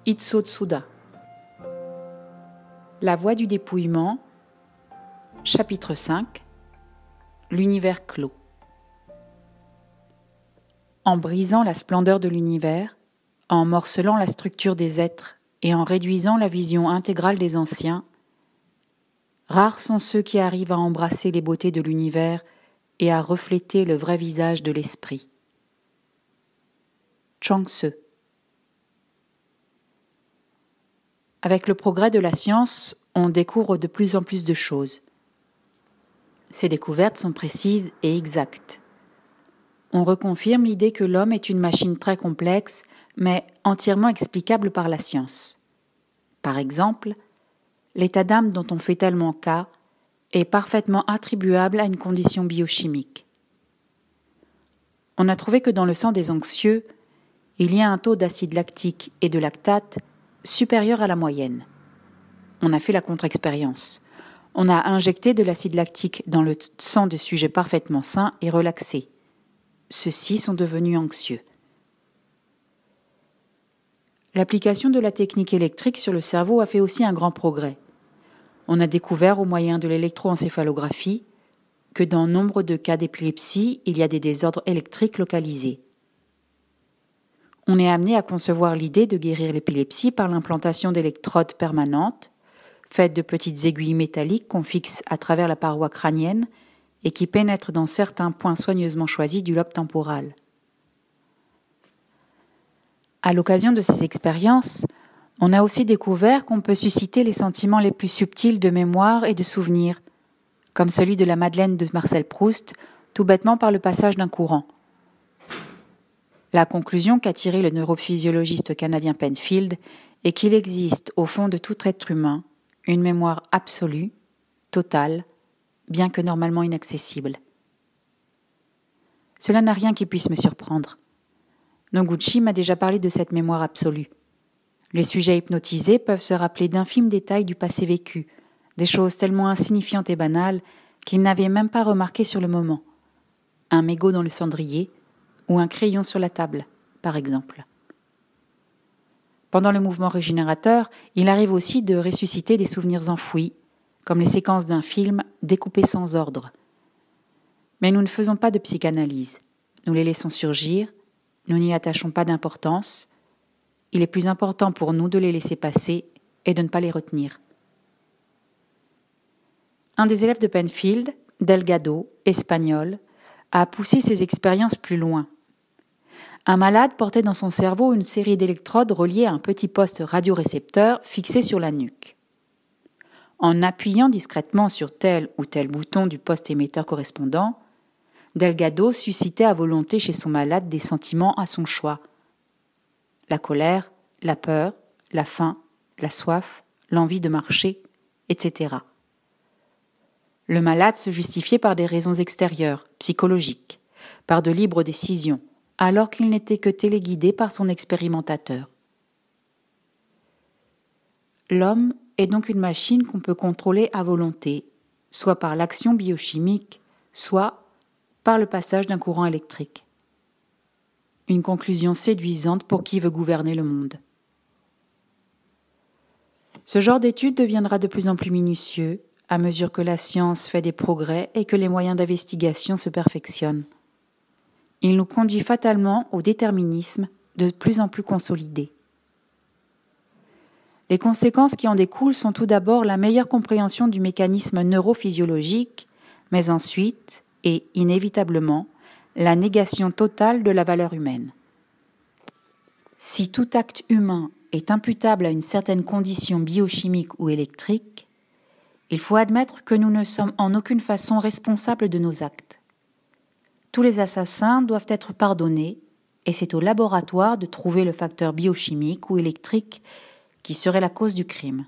Itso Tsuda. La voie du dépouillement, chapitre 5. L'univers clos. En brisant la splendeur de l'univers, en morcelant la structure des êtres et en réduisant la vision intégrale des anciens, rares sont ceux qui arrivent à embrasser les beautés de l'univers et à refléter le vrai visage de l'esprit. Chuang-Tzu. Avec le progrès de la science, on découvre de plus en plus de choses. Ces découvertes sont précises et exactes. On reconfirme l'idée que l'homme est une machine très complexe, mais entièrement explicable par la science. Par exemple, l'état d'âme dont on fait tellement cas est parfaitement attribuable à une condition biochimique. On a trouvé que dans le sang des anxieux, il y a un taux d'acide lactique et de lactate supérieur à la moyenne. On a fait la contre-expérience. On a injecté de l'acide lactique dans le sang de sujets parfaitement sains et relaxés. Ceux-ci sont devenus anxieux. L'application de la technique électrique sur le cerveau a fait aussi un grand progrès. On a découvert au moyen de l'électroencéphalographie que dans nombre de cas d'épilepsie, il y a des désordres électriques localisés. On est amené à concevoir l'idée de guérir l'épilepsie par l'implantation d'électrodes permanentes, faites de petites aiguilles métalliques qu'on fixe à travers la paroi crânienne et qui pénètrent dans certains points soigneusement choisis du lobe temporal. À l'occasion de ces expériences, on a aussi découvert qu'on peut susciter les sentiments les plus subtils de mémoire et de souvenirs, comme celui de la Madeleine de Marcel Proust, tout bêtement par le passage d'un courant. La conclusion qu'a tirée le neurophysiologiste canadien Penfield est qu'il existe au fond de tout être humain une mémoire absolue, totale, bien que normalement inaccessible. Cela n'a rien qui puisse me surprendre. Noguchi m'a déjà parlé de cette mémoire absolue. Les sujets hypnotisés peuvent se rappeler d'infimes détails du passé vécu, des choses tellement insignifiantes et banales qu'ils n'avaient même pas remarqué sur le moment. Un mégot dans le cendrier, ou un crayon sur la table, par exemple. Pendant le mouvement régénérateur, il arrive aussi de ressusciter des souvenirs enfouis, comme les séquences d'un film découpé sans ordre. Mais nous ne faisons pas de psychanalyse. Nous les laissons surgir, nous n'y attachons pas d'importance. Il est plus important pour nous de les laisser passer et de ne pas les retenir. Un des élèves de Penfield, Delgado, espagnol, a poussé ses expériences plus loin. Un malade portait dans son cerveau une série d'électrodes reliées à un petit poste radiorécepteur fixé sur la nuque. En appuyant discrètement sur tel ou tel bouton du poste émetteur correspondant, Delgado suscitait à volonté chez son malade des sentiments à son choix. La colère, la peur, la faim, la soif, l'envie de marcher, etc. Le malade se justifiait par des raisons extérieures, psychologiques, par de libres décisions, alors qu'il n'était que téléguidé par son expérimentateur. L'homme est donc une machine qu'on peut contrôler à volonté, soit par l'action biochimique, soit par le passage d'un courant électrique. Une conclusion séduisante pour qui veut gouverner le monde. Ce genre d'étude deviendra de plus en plus minutieux à mesure que la science fait des progrès et que les moyens d'investigation se perfectionnent. Il nous conduit fatalement au déterminisme de plus en plus consolidé. Les conséquences qui en découlent sont tout d'abord la meilleure compréhension du mécanisme neurophysiologique, mais ensuite, et inévitablement, la négation totale de la valeur humaine. Si tout acte humain est imputable à une certaine condition biochimique ou électrique, il faut admettre que nous ne sommes en aucune façon responsables de nos actes. Tous les assassins doivent être pardonnés et c'est au laboratoire de trouver le facteur biochimique ou électrique qui serait la cause du crime.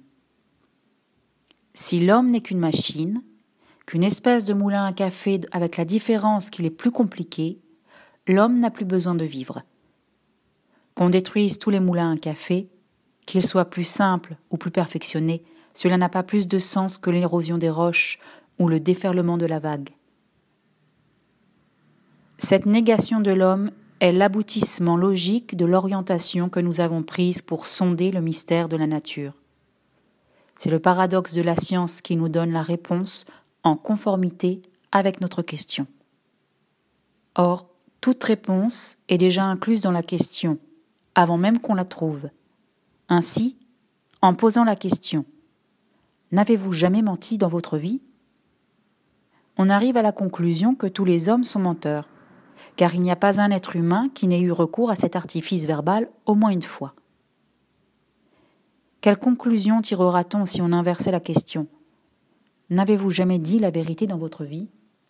Si l'homme n'est qu'une machine, qu'une espèce de moulin à café avec la différence qu'il est plus compliqué, l'homme n'a plus besoin de vivre. Qu'on détruise tous les moulins à café, qu'ils soient plus simples ou plus perfectionnés, cela n'a pas plus de sens que l'érosion des roches ou le déferlement de la vague. Cette négation de l'homme est l'aboutissement logique de l'orientation que nous avons prise pour sonder le mystère de la nature. C'est le paradoxe de la science qui nous donne la réponse en conformité avec notre question. Or, toute réponse est déjà incluse dans la question, avant même qu'on la trouve. Ainsi, en posant la question « N'avez-vous jamais menti dans votre vie ?» on arrive à la conclusion que tous les hommes sont menteurs, car il n'y a pas un être humain qui n'ait eu recours à cet artifice verbal au moins une fois. Quelle conclusion tirera-t-on si on inversait la question ? N'avez-vous jamais dit la vérité dans votre vie ?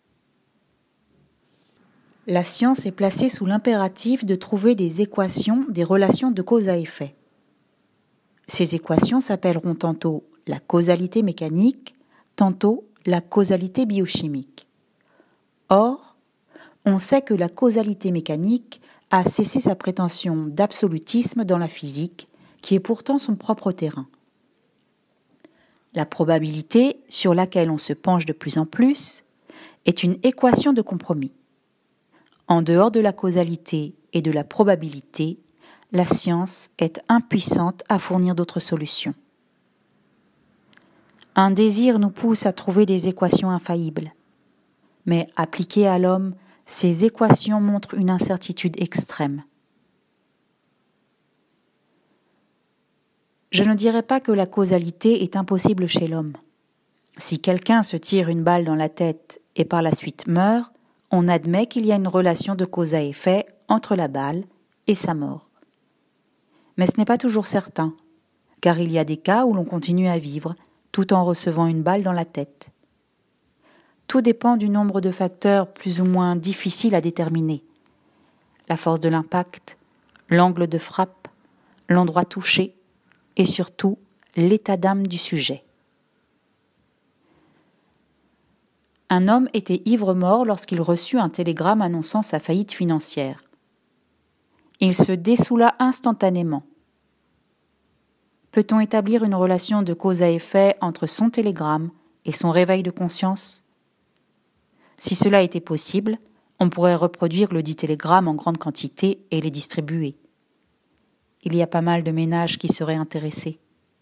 La science est placée sous l'impératif de trouver des équations des relations de cause à effet. Ces équations s'appelleront tantôt la causalité mécanique, tantôt la causalité biochimique. Or, on sait que la causalité mécanique a cessé sa prétention d'absolutisme dans la physique, qui est pourtant son propre terrain. La probabilité, sur laquelle on se penche de plus en plus, est une équation de compromis. En dehors de la causalité et de la probabilité, la science est impuissante à fournir d'autres solutions. Un désir nous pousse à trouver des équations infaillibles. Mais appliquées à l'homme, ces équations montrent une incertitude extrême. Je ne dirais pas que la causalité est impossible chez l'homme. Si quelqu'un se tire une balle dans la tête et par la suite meurt, on admet qu'il y a une relation de cause à effet entre la balle et sa mort. Mais ce n'est pas toujours certain, car il y a des cas où l'on continue à vivre tout en recevant une balle dans la tête. Tout dépend du nombre de facteurs plus ou moins difficiles à déterminer. La force de l'impact, l'angle de frappe, l'endroit touché et surtout l'état d'âme du sujet. Un homme était ivre-mort lorsqu'il reçut un télégramme annonçant sa faillite financière. Il se dessoula instantanément. Peut-on établir une relation de cause à effet entre son télégramme et son réveil de conscience ? Si cela était possible, on pourrait reproduire le dit télégramme en grande quantité et les distribuer. Il y a pas mal de ménages qui seraient intéressés.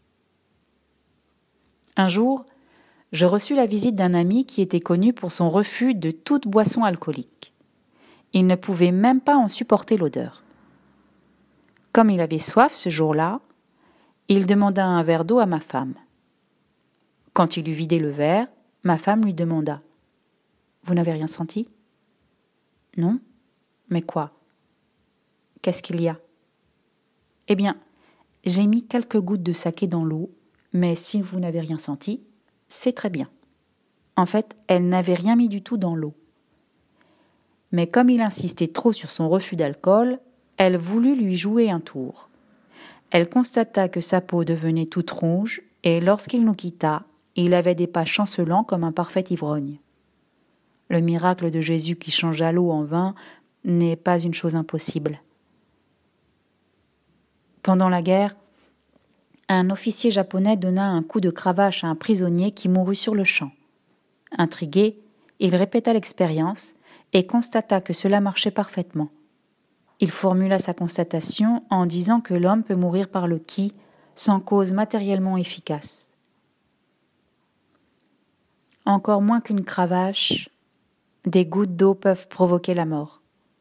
Un jour, je reçus la visite d'un ami qui était connu pour son refus de toute boisson alcoolique. Il ne pouvait même pas en supporter l'odeur. Comme il avait soif ce jour-là, il demanda un verre d'eau à ma femme. Quand il eut vidé le verre, ma femme lui demanda « Vous n'avez rien senti ?»« Non. Mais quoi ? Qu'est-ce qu'il y a ? » « Eh bien, j'ai mis quelques gouttes de saké dans l'eau, mais si vous n'avez rien senti, c'est très bien. » En fait, elle n'avait rien mis du tout dans l'eau. Mais comme il insistait trop sur son refus d'alcool, elle voulut lui jouer un tour. Elle constata que sa peau devenait toute rouge et lorsqu'il nous quitta, il avait des pas chancelants comme un parfait ivrogne. Le miracle de Jésus qui changea l'eau en vin n'est pas une chose impossible. Pendant la guerre, un officier japonais donna un coup de cravache à un prisonnier qui mourut sur le champ. Intrigué, il répéta l'expérience et constata que cela marchait parfaitement. Il formula sa constatation en disant que l'homme peut mourir par le ki sans cause matériellement efficace. Encore moins qu'une cravache, des gouttes d'eau peuvent provoquer la mort.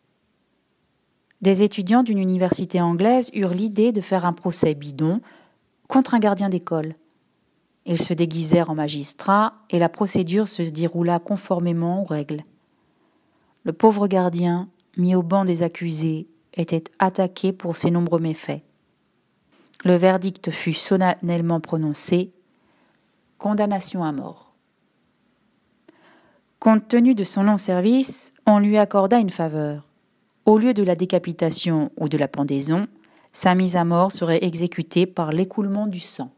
Des étudiants d'une université anglaise eurent l'idée de faire un procès bidon contre un gardien d'école. Ils se déguisèrent en magistrats et la procédure se déroula conformément aux règles. Le pauvre gardien, mis au banc des accusés, était attaqué pour ses nombreux méfaits. Le verdict fut solennellement prononcé : condamnation à mort. Compte tenu de son long service, on lui accorda une faveur. Au lieu de la décapitation ou de la pendaison, sa mise à mort serait exécutée par l'écoulement du sang.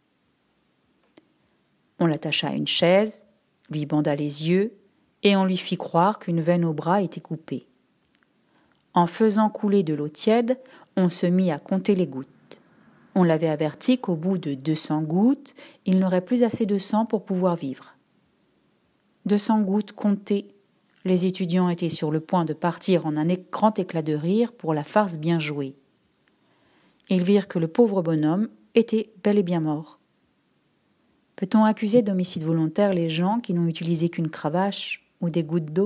On l'attacha à une chaise, lui banda les yeux et on lui fit croire qu'une veine au bras était coupée. En faisant couler de l'eau tiède, on se mit à compter les gouttes. On l'avait averti qu'au bout de 200 gouttes, il n'aurait plus assez de sang pour pouvoir vivre. 200 gouttes comptées, les étudiants étaient sur le point de partir en un grand éclat de rire pour la farce bien jouée. Ils virent que le pauvre bonhomme était bel et bien mort. Peut-on accuser d'homicide volontaire les gens qui n'ont utilisé qu'une cravache ou des gouttes d'eau ?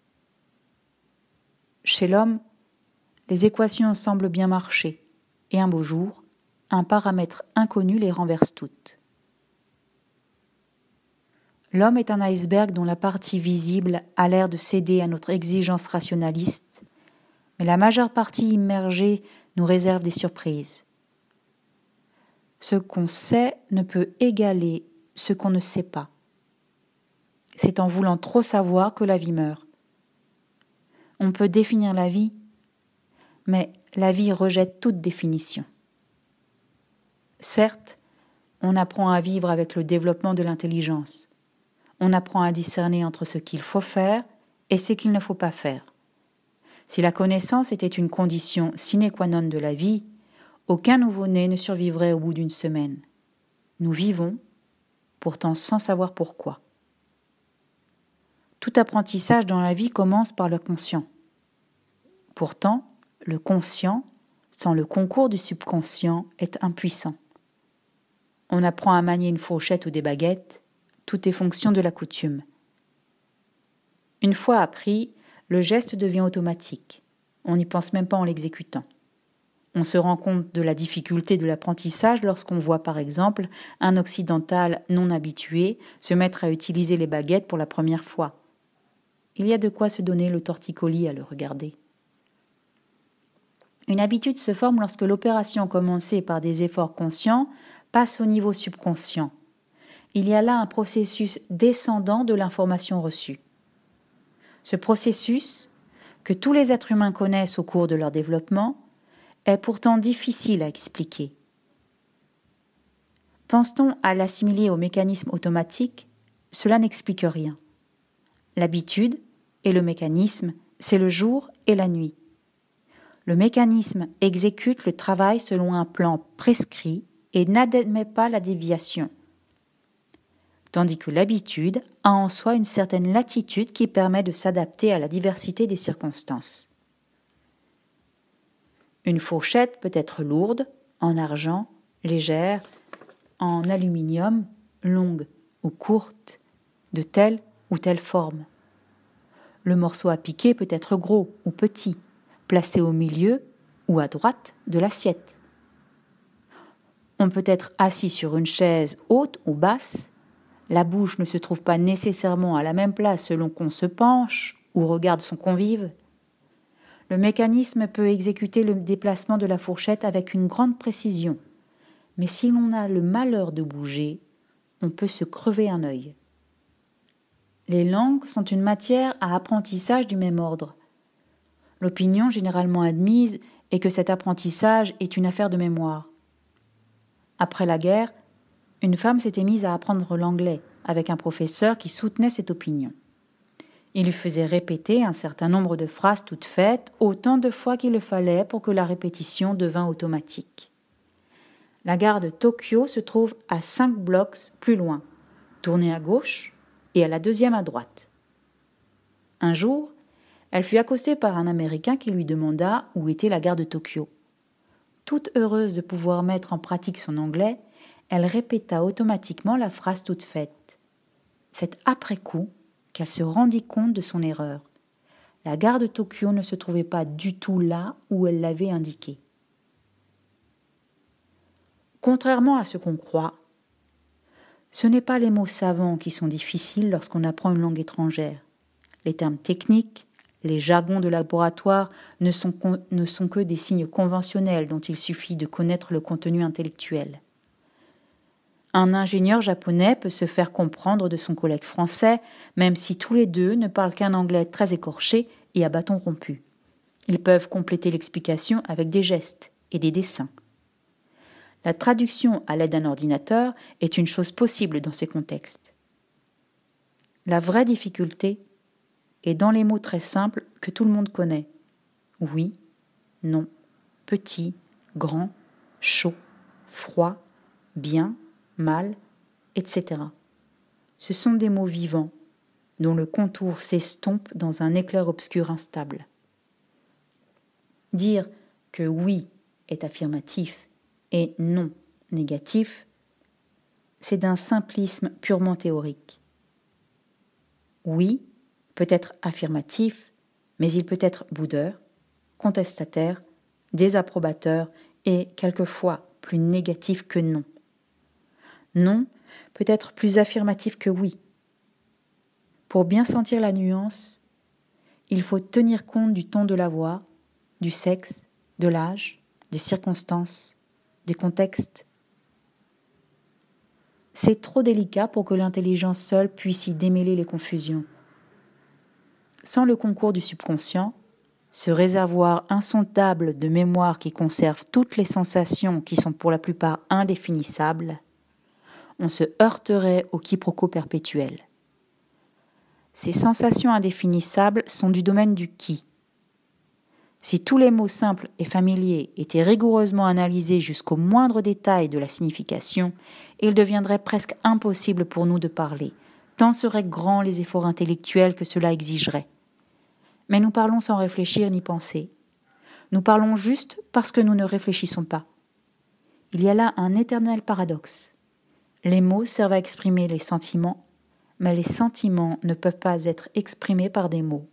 Chez l'homme, les équations semblent bien marcher, et un beau jour, un paramètre inconnu les renverse toutes. L'homme est un iceberg dont la partie visible a l'air de céder à notre exigence rationaliste, mais la majeure partie immergée nous réserve des surprises. Ce qu'on sait ne peut égaler ce qu'on ne sait pas. C'est en voulant trop savoir que la vie meurt. On peut définir la vie, mais la vie rejette toute définition. Certes, on apprend à vivre avec le développement de l'intelligence. On apprend à discerner entre ce qu'il faut faire et ce qu'il ne faut pas faire. Si la connaissance était une condition sine qua non de la vie, aucun nouveau-né ne survivrait au bout d'une semaine. Nous vivons, pourtant sans savoir pourquoi. Tout apprentissage dans la vie commence par le conscient. Pourtant, le conscient, sans le concours du subconscient, est impuissant. On apprend à manier une fourchette ou des baguettes, tout est fonction de la coutume. Une fois appris, le geste devient automatique. On n'y pense même pas en l'exécutant. On se rend compte de la difficulté de l'apprentissage lorsqu'on voit par exemple un occidental non habitué se mettre à utiliser les baguettes pour la première fois. Il y a de quoi se donner le torticolis à le regarder. Une habitude se forme lorsque l'opération commencée par des efforts conscients passe au niveau subconscient. Il y a là un processus descendant de l'information reçue. Ce processus, que tous les êtres humains connaissent au cours de leur développement, est pourtant difficile à expliquer. Pense-t-on à l'assimiler au mécanisme automatique, cela n'explique rien. L'habitude et le mécanisme, c'est le jour et la nuit. Le mécanisme exécute le travail selon un plan prescrit et n'admet pas la déviation. Tandis que l'habitude a en soi une certaine latitude qui permet de s'adapter à la diversité des circonstances. Une fourchette peut être lourde, en argent, légère, en aluminium, longue ou courte, de telle ou telle forme. Le morceau à piquer peut être gros ou petit, placé au milieu ou à droite de l'assiette. On peut être assis sur une chaise haute ou basse. La bouche ne se trouve pas nécessairement à la même place selon qu'on se penche ou regarde son convive. Le mécanisme peut exécuter le déplacement de la fourchette avec une grande précision, mais si l'on a le malheur de bouger, on peut se crever un œil. Les langues sont une matière à apprentissage du même ordre. L'opinion généralement admise est que cet apprentissage est une affaire de mémoire. Après la guerre, une femme s'était mise à apprendre l'anglais avec un professeur qui soutenait cette opinion. Il lui faisait répéter un certain nombre de phrases toutes faites autant de fois qu'il le fallait pour que la répétition devînt automatique. La gare de Tokyo se trouve à 5 blocs plus loin, tournez à gauche et à la deuxième à droite. Un jour, elle fut accostée par un Américain qui lui demanda où était la gare de Tokyo. Toute heureuse de pouvoir mettre en pratique son anglais, elle répéta automatiquement la phrase toute faite. C'est après coup qu'elle se rendit compte de son erreur. La gare de Tokyo ne se trouvait pas du tout là où elle l'avait indiqué. Contrairement à ce qu'on croit, ce n'est pas les mots savants qui sont difficiles lorsqu'on apprend une langue étrangère. Les termes techniques, les jargons de laboratoire ne sont que des signes conventionnels dont il suffit de connaître le contenu intellectuel. Un ingénieur japonais peut se faire comprendre de son collègue français, même si tous les deux ne parlent qu'un anglais très écorché et à bâton rompu. Ils peuvent compléter l'explication avec des gestes et des dessins. La traduction à l'aide d'un ordinateur est une chose possible dans ces contextes. La vraie difficulté est dans les mots très simples que tout le monde connaît. Oui, non, petit, grand, chaud, froid, bien, mal, etc. Ce sont des mots vivants, dont le contour s'estompe dans un éclair obscur instable. Dire que oui est affirmatif et non négatif, c'est d'un simplisme purement théorique. Oui peut être affirmatif, mais il peut être boudeur, contestataire, désapprobateur et quelquefois plus négatif que non. Non peut être plus affirmatif que oui. Pour bien sentir la nuance, il faut tenir compte du ton de la voix, du sexe, de l'âge, des circonstances, des contextes. C'est trop délicat pour que l'intelligence seule puisse y démêler les confusions. Sans le concours du subconscient, ce réservoir insondable de mémoire qui conserve toutes les sensations qui sont pour la plupart indéfinissables, on se heurterait au quiproquo perpétuel. Ces sensations indéfinissables sont du domaine du qui. Si tous les mots simples et familiers étaient rigoureusement analysés jusqu'au moindre détail de la signification, il deviendrait presque impossible pour nous de parler, tant seraient grands les efforts intellectuels que cela exigerait. Mais nous parlons sans réfléchir ni penser. Nous parlons juste parce que nous ne réfléchissons pas. Il y a là un éternel paradoxe. Les mots servent à exprimer les sentiments, mais les sentiments ne peuvent pas être exprimés par des mots.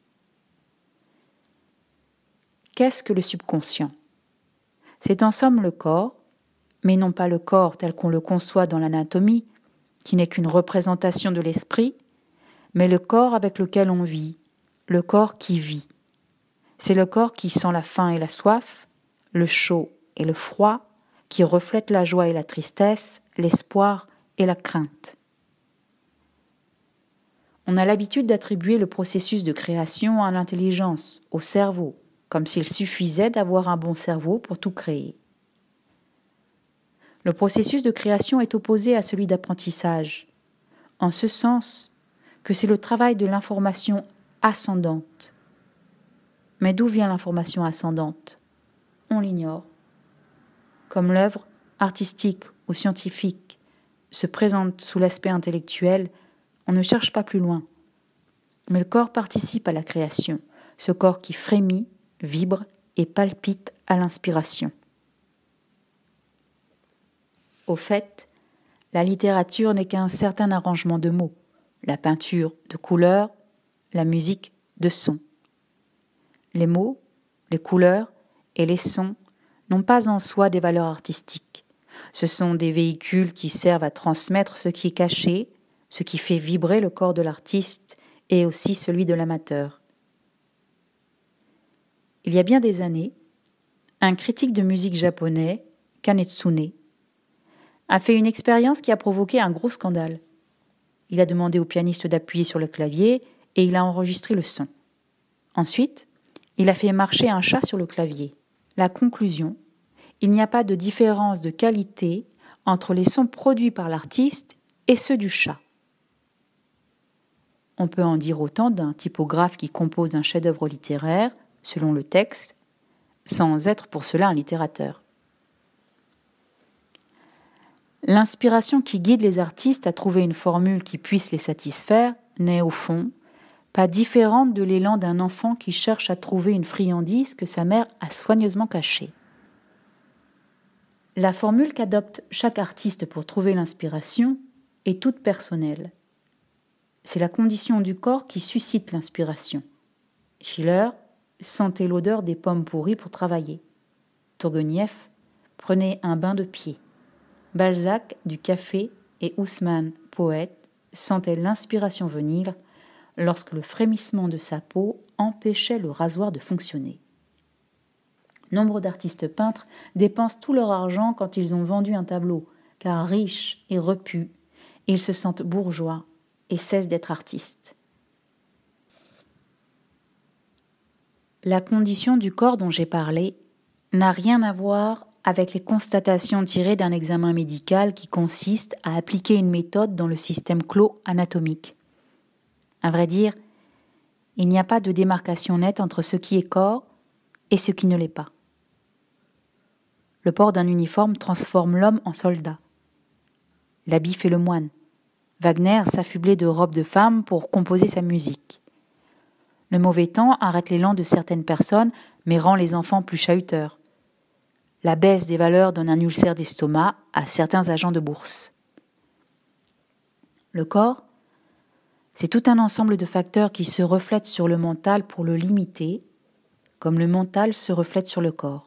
Qu'est-ce que le subconscient ? C'est en somme le corps, mais non pas le corps tel qu'on le conçoit dans l'anatomie, qui n'est qu'une représentation de l'esprit, mais le corps avec lequel on vit, le corps qui vit. C'est le corps qui sent la faim et la soif, le chaud et le froid, qui reflète la joie et la tristesse, l'espoir et la crainte. On a l'habitude d'attribuer le processus de création à l'intelligence, au cerveau, comme s'il suffisait d'avoir un bon cerveau pour tout créer. Le processus de création est opposé à celui d'apprentissage, en ce sens que c'est le travail de l'information ascendante. Mais d'où vient l'information ascendante ? On l'ignore. Comme l'œuvre artistique ou scientifique se présente sous l'aspect intellectuel, on ne cherche pas plus loin. Mais le corps participe à la création, ce corps qui frémit, vibre et palpite à l'inspiration. Au fait, la littérature n'est qu'un certain arrangement de mots, la peinture de couleurs, la musique de sons. Les mots, les couleurs et les sons n'ont pas en soi des valeurs artistiques. Ce sont des véhicules qui servent à transmettre ce qui est caché, ce qui fait vibrer le corps de l'artiste et aussi celui de l'amateur. Il y a bien des années, un critique de musique japonais, Kanetsune, a fait une expérience qui a provoqué un gros scandale. Il a demandé au pianiste d'appuyer sur le clavier et il a enregistré le son. Ensuite, il a fait marcher un chat sur le clavier. La conclusion, il n'y a pas de différence de qualité entre les sons produits par l'artiste et ceux du chat. On peut en dire autant d'un typographe qui compose un chef-d'œuvre littéraire, selon le texte, sans être pour cela un littérateur. L'inspiration qui guide les artistes à trouver une formule qui puisse les satisfaire n'est, au fond, pas différente de l'élan d'un enfant qui cherche à trouver une friandise que sa mère a soigneusement cachée. La formule qu'adopte chaque artiste pour trouver l'inspiration est toute personnelle. C'est la condition du corps qui suscite l'inspiration. Schiller sentait l'odeur des pommes pourries pour travailler. Tourguenieff prenait un bain de pied. Balzac du café et Haussmann, poète, sentait l'inspiration venir lorsque le frémissement de sa peau empêchait le rasoir de fonctionner. Nombre d'artistes peintres dépensent tout leur argent quand ils ont vendu un tableau, car riches et repus, ils se sentent bourgeois et cessent d'être artistes. La condition du corps dont j'ai parlé n'a rien à voir avec les constatations tirées d'un examen médical qui consiste à appliquer une méthode dans le système clos anatomique. À vrai dire, il n'y a pas de démarcation nette entre ce qui est corps et ce qui ne l'est pas. Le port d'un uniforme transforme l'homme en soldat. L'habit fait le moine. Wagner s'affublait de robes de femme pour composer sa musique. Le mauvais temps arrête l'élan de certaines personnes, mais rend les enfants plus chahuteurs. La baisse des valeurs donne un ulcère d'estomac à certains agents de bourse. Le corps, c'est tout un ensemble de facteurs qui se reflètent sur le mental pour le limiter, comme le mental se reflète sur le corps.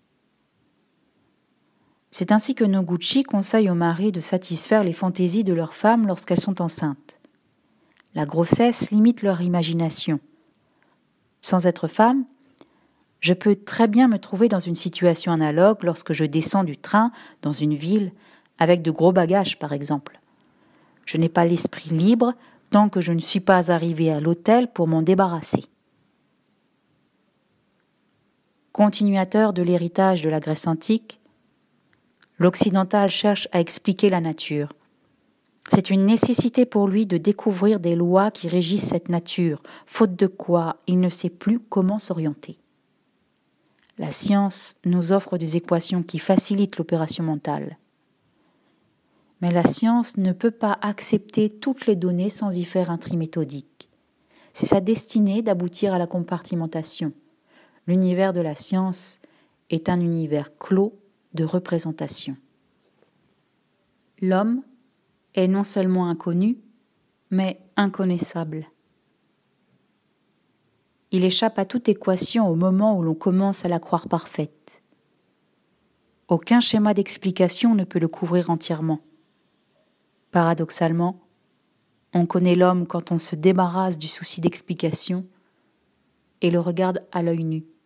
C'est ainsi que Noguchi conseille aux maris de satisfaire les fantaisies de leurs femmes lorsqu'elles sont enceintes. La grossesse limite leur imagination. Sans être femme, je peux très bien me trouver dans une situation analogue lorsque je descends du train dans une ville avec de gros bagages, par exemple. Je n'ai pas l'esprit libre tant que je ne suis pas arrivé à l'hôtel pour m'en débarrasser. Continuateur de l'héritage de la Grèce antique, l'occidental cherche à expliquer la nature. C'est une nécessité pour lui de découvrir des lois qui régissent cette nature, faute de quoi il ne sait plus comment s'orienter. La science nous offre des équations qui facilitent l'opération mentale. Mais la science ne peut pas accepter toutes les données sans y faire un tri méthodique. C'est sa destinée d'aboutir à la compartimentation. L'univers de la science est un univers clos de représentation. L'homme est non seulement inconnu, mais inconnaissable. Il échappe à toute équation au moment où l'on commence à la croire parfaite. Aucun schéma d'explication ne peut le couvrir entièrement. Paradoxalement, on connaît l'homme quand on se débarrasse du souci d'explication et le regarde à l'œil nu.